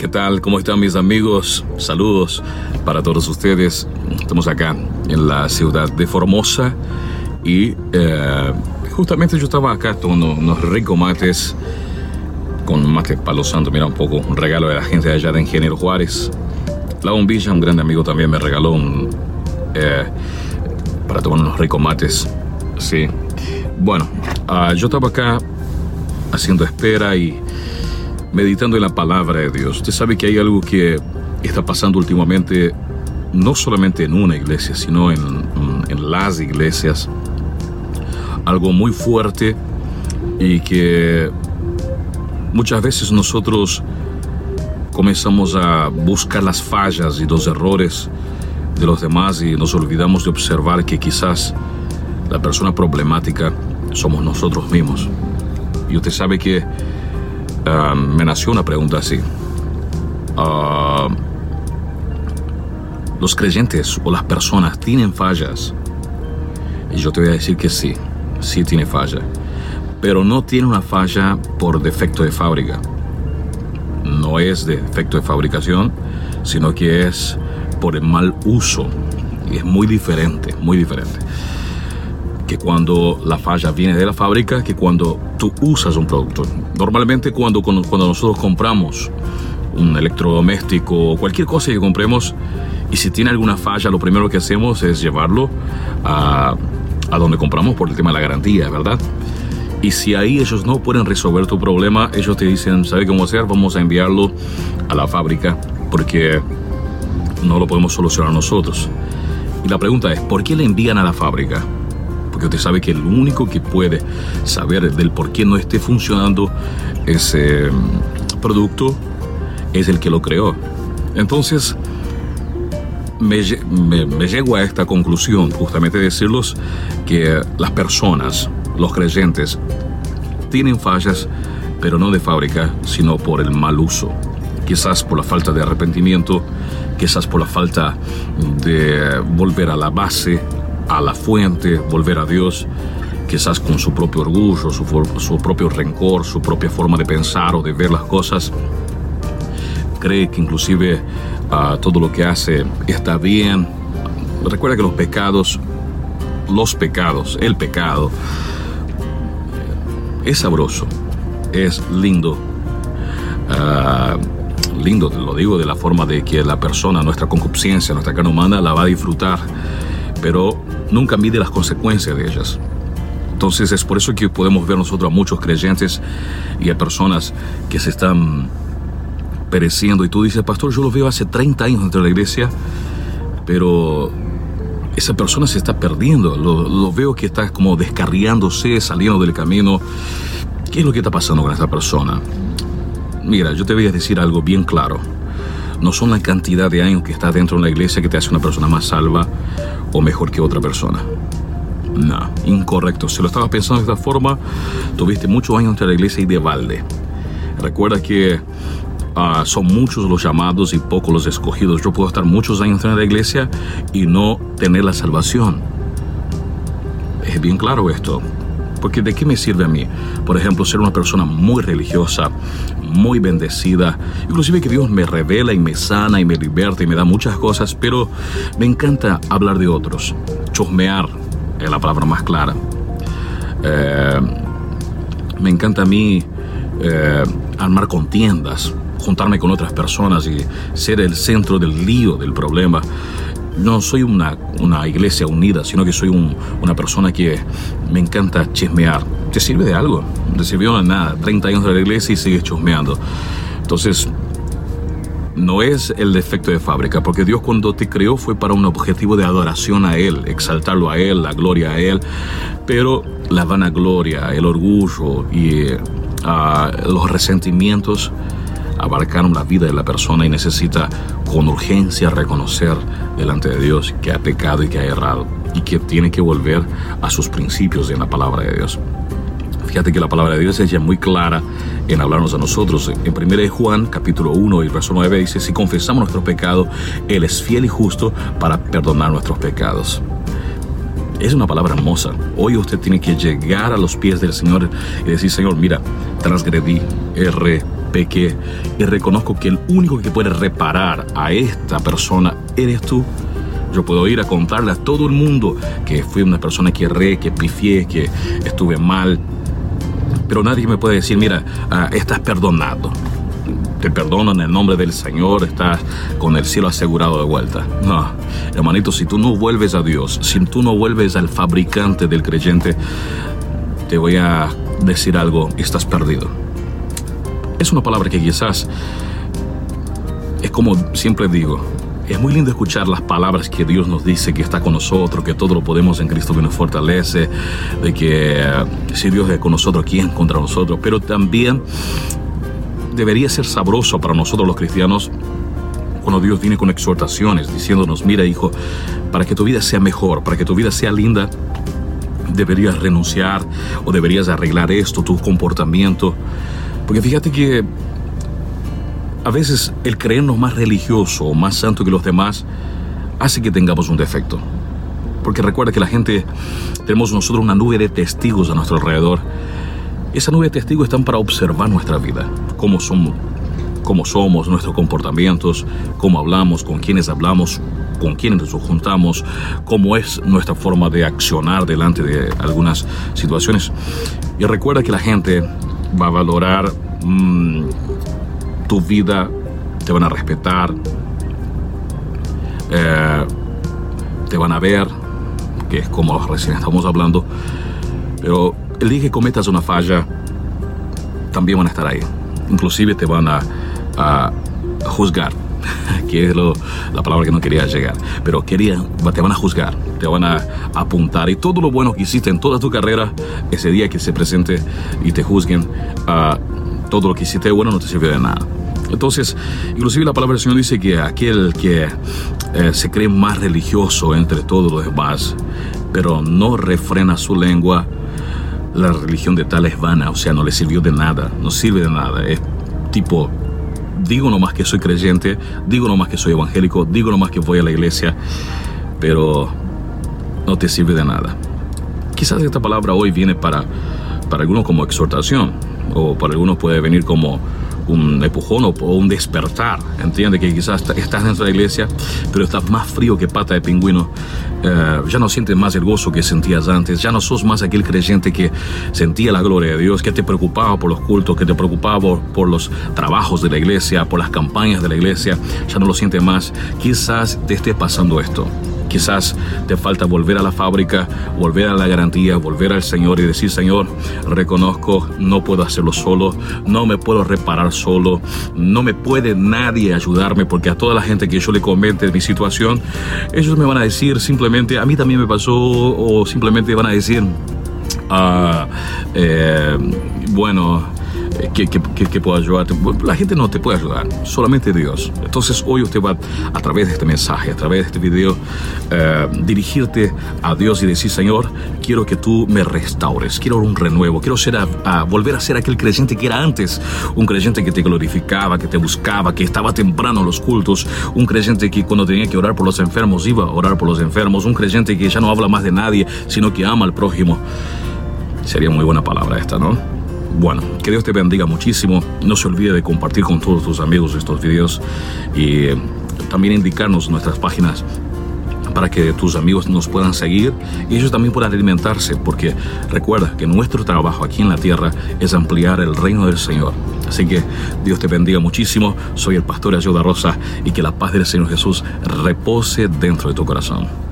¿Qué tal? ¿Cómo están mis amigos? Saludos para todos ustedes. Estamos acá en la ciudad de Formosa y justamente yo estaba acá tomando unos ricos mates con mate Palo Santo. Mira, un poco un regalo de la gente de allá de Ingeniero Juárez. La Bombilla, un gran amigo también me regaló para tomar unos ricos mates. Sí. Bueno, yo estaba acá haciendo espera y meditando en la palabra de Dios. Usted sabe que hay algo que está pasando últimamente, no solamente en una iglesia, sino en las iglesias. Algo muy fuerte y que muchas veces nosotros comenzamos a buscar las fallas y los errores de los demás y nos olvidamos de observar que quizás la persona problemática somos nosotros mismos. Y usted sabe que me nació una pregunta así. ¿Los creyentes o las personas tienen fallas? Y yo te voy a decir que sí tiene falla. Pero no tiene una falla por defecto de fábrica. No es de defecto de fabricación, sino que es por el mal uso. Y es muy diferente, que cuando la falla viene de la fábrica, que cuando tú usas un producto. Normalmente cuando nosotros compramos un electrodoméstico o cualquier cosa que compremos, y si tiene alguna falla, lo primero que hacemos es llevarlo a donde compramos por el tema de la garantía, ¿verdad? Y si ahí ellos no pueden resolver tu problema, ellos te dicen, ¿sabe cómo hacer? Vamos a enviarlo a la fábrica porque no lo podemos solucionar nosotros. Y la pregunta es, ¿por qué le envían a la fábrica? Porque usted sabe que el único que puede saber del por qué no esté funcionando ese producto es el que lo creó. Entonces, me llego a esta conclusión, justamente decirles que las personas, los creyentes, tienen fallas, pero no de fábrica, sino por el mal uso. Quizás por la falta de arrepentimiento, quizás por la falta de volver a la base, a la fuente, volver a Dios, quizás con su propio orgullo, su propio rencor, su propia forma de pensar o de ver las cosas. Cree que inclusive todo lo que hace está bien. Recuerda que el pecado es sabroso, es lindo. Lindo, lo digo de la forma de que la persona, nuestra concupiscencia, nuestra carne humana la va a disfrutar, pero nunca mide las consecuencias de ellas. Entonces es por eso que podemos ver nosotros a muchos creyentes y a personas que se están pereciendo, y tú dices, pastor, yo lo veo hace 30 años dentro de la iglesia, pero esa persona se está perdiendo, lo veo que está como descarriándose, saliendo del camino. ¿Qué es lo que está pasando con esta persona? Mira, yo te voy a decir algo bien claro. No son la cantidad de años que estás dentro de la iglesia que te hace una persona más salva o mejor que otra persona. No, incorrecto. Si lo estabas pensando de esta forma, tuviste muchos años dentro de la iglesia y de balde. Recuerda que son muchos los llamados y pocos los escogidos. Yo puedo estar muchos años dentro de la iglesia y no tener la salvación. Es bien claro esto. Porque ¿de qué me sirve a mí? Por ejemplo, ser una persona muy religiosa, muy bendecida, inclusive que Dios me revela y me sana y me liberta y me da muchas cosas, pero me encanta hablar de otros. Chusmear es la palabra más clara. Me encanta a mí armar contiendas, juntarme con otras personas y ser el centro del lío, del problema. No soy una iglesia unida, sino que soy una persona que me encanta chismear. ¿Te sirve de algo? No te sirvió de nada. 30 años de la iglesia y sigues chismeando. Entonces, no es el defecto de fábrica, porque Dios cuando te creó fue para un objetivo de adoración a Él, exaltarlo a Él, la gloria a Él. Pero la vanagloria, el orgullo y los resentimientos abarcaron la vida de la persona y necesita con urgencia reconocer delante de Dios que ha pecado y que ha errado y que tiene que volver a sus principios en la palabra de Dios. Fíjate que la palabra de Dios es ya muy clara en hablarnos a nosotros. En 1 Juan, capítulo 1 y verso 9 dice, si confesamos nuestros pecados, Él es fiel y justo para perdonar nuestros pecados. Es una palabra hermosa. Hoy usted tiene que llegar a los pies del Señor y decir, Señor, mira, transgredí, erré, pequé y reconozco que el único que puede reparar a esta persona eres tú. Yo puedo ir a contarle a todo el mundo que fui una persona que erré, que pifié, que estuve mal, pero nadie me puede decir, mira, estás perdonado. Te perdono en el nombre del Señor, estás con el cielo asegurado de vuelta. No, hermanito, si tú no vuelves a Dios, si tú no vuelves al fabricante del creyente, te voy a decir algo, estás perdido. Es una palabra que quizás es como siempre digo, es muy lindo escuchar las palabras que Dios nos dice, que está con nosotros, que todo lo podemos en Cristo que nos fortalece, de que si Dios es con nosotros, ¿quién contra nosotros? Pero también debería ser sabroso para nosotros los cristianos cuando Dios viene con exhortaciones, diciéndonos, mira hijo, para que tu vida sea mejor, para que tu vida sea linda, deberías renunciar o deberías arreglar esto, tu comportamiento. Porque fíjate que a veces el creernos más religioso o más santo que los demás hace que tengamos un defecto. Porque recuerda que la gente, tenemos nosotros una nube de testigos a nuestro alrededor. Esa nube de testigos están para observar nuestra vida, cómo somos, nuestros comportamientos, cómo hablamos, con quiénes nos juntamos, cómo es nuestra forma de accionar delante de algunas situaciones. Y recuerda que la gente va a valorar tu vida, te van a respetar, te van a ver, que es como recién estamos hablando, pero el día que cometas una falla, también van a estar ahí. Inclusive te van a juzgar, que es la palabra que no quería llegar, pero te van a juzgar, te van a apuntar, y todo lo bueno que hiciste en toda tu carrera, ese día que se presente y te juzguen, todo lo que hiciste bueno no te sirve de nada. Entonces, inclusive la palabra del Señor dice que aquel que se cree más religioso entre todos los demás, pero no refrena su lengua, la religión de tal es vana, o sea, no le sirvió de nada, no sirve de nada. Es tipo, digo nomás que soy creyente, digo nomás que soy evangélico, digo nomás que voy a la iglesia, pero no te sirve de nada. Quizás esta palabra hoy viene para algunos como exhortación, o para algunos puede venir como un empujón o un despertar. Entiende que quizás estás dentro de la iglesia, pero estás más frío que pata de pingüino. Ya no sientes más el gozo que sentías antes, ya no sos más aquel creyente que sentía la gloria de Dios, que te preocupaba por los cultos, que te preocupaba por los trabajos de la iglesia, por las campañas de la iglesia. Ya no lo sientes más. Quizás te esté pasando esto. Quizás te falta volver a la fábrica, volver a la garantía, volver al Señor y decir, Señor, reconozco, no puedo hacerlo solo, no me puedo reparar solo, no me puede nadie ayudarme, porque a toda la gente que yo le comente mi situación, ellos me van a decir simplemente, a mí también me pasó, o simplemente van a decir, bueno, ¿qué puedo ayudarte? La gente no te puede ayudar, solamente Dios. Entonces hoy usted va, a través de este mensaje, a través de este video, dirigirte a Dios y decir, Señor, quiero que tú me restaures, quiero un renuevo, quiero volver a ser aquel creyente que era antes, un creyente que te glorificaba, que te buscaba, que estaba temprano en los cultos, un creyente que cuando tenía que orar por los enfermos, iba a orar por los enfermos, un creyente que ya no habla más de nadie, sino que ama al prójimo. Sería muy buena palabra esta, ¿no? Bueno, que Dios te bendiga muchísimo. No se olvide de compartir con todos tus amigos estos videos y también indicarnos nuestras páginas para que tus amigos nos puedan seguir y ellos también puedan alimentarse, porque recuerda que nuestro trabajo aquí en la tierra es ampliar el reino del Señor. Así que Dios te bendiga muchísimo. Soy el pastor Ageo da Rosa y que la paz del Señor Jesús repose dentro de tu corazón.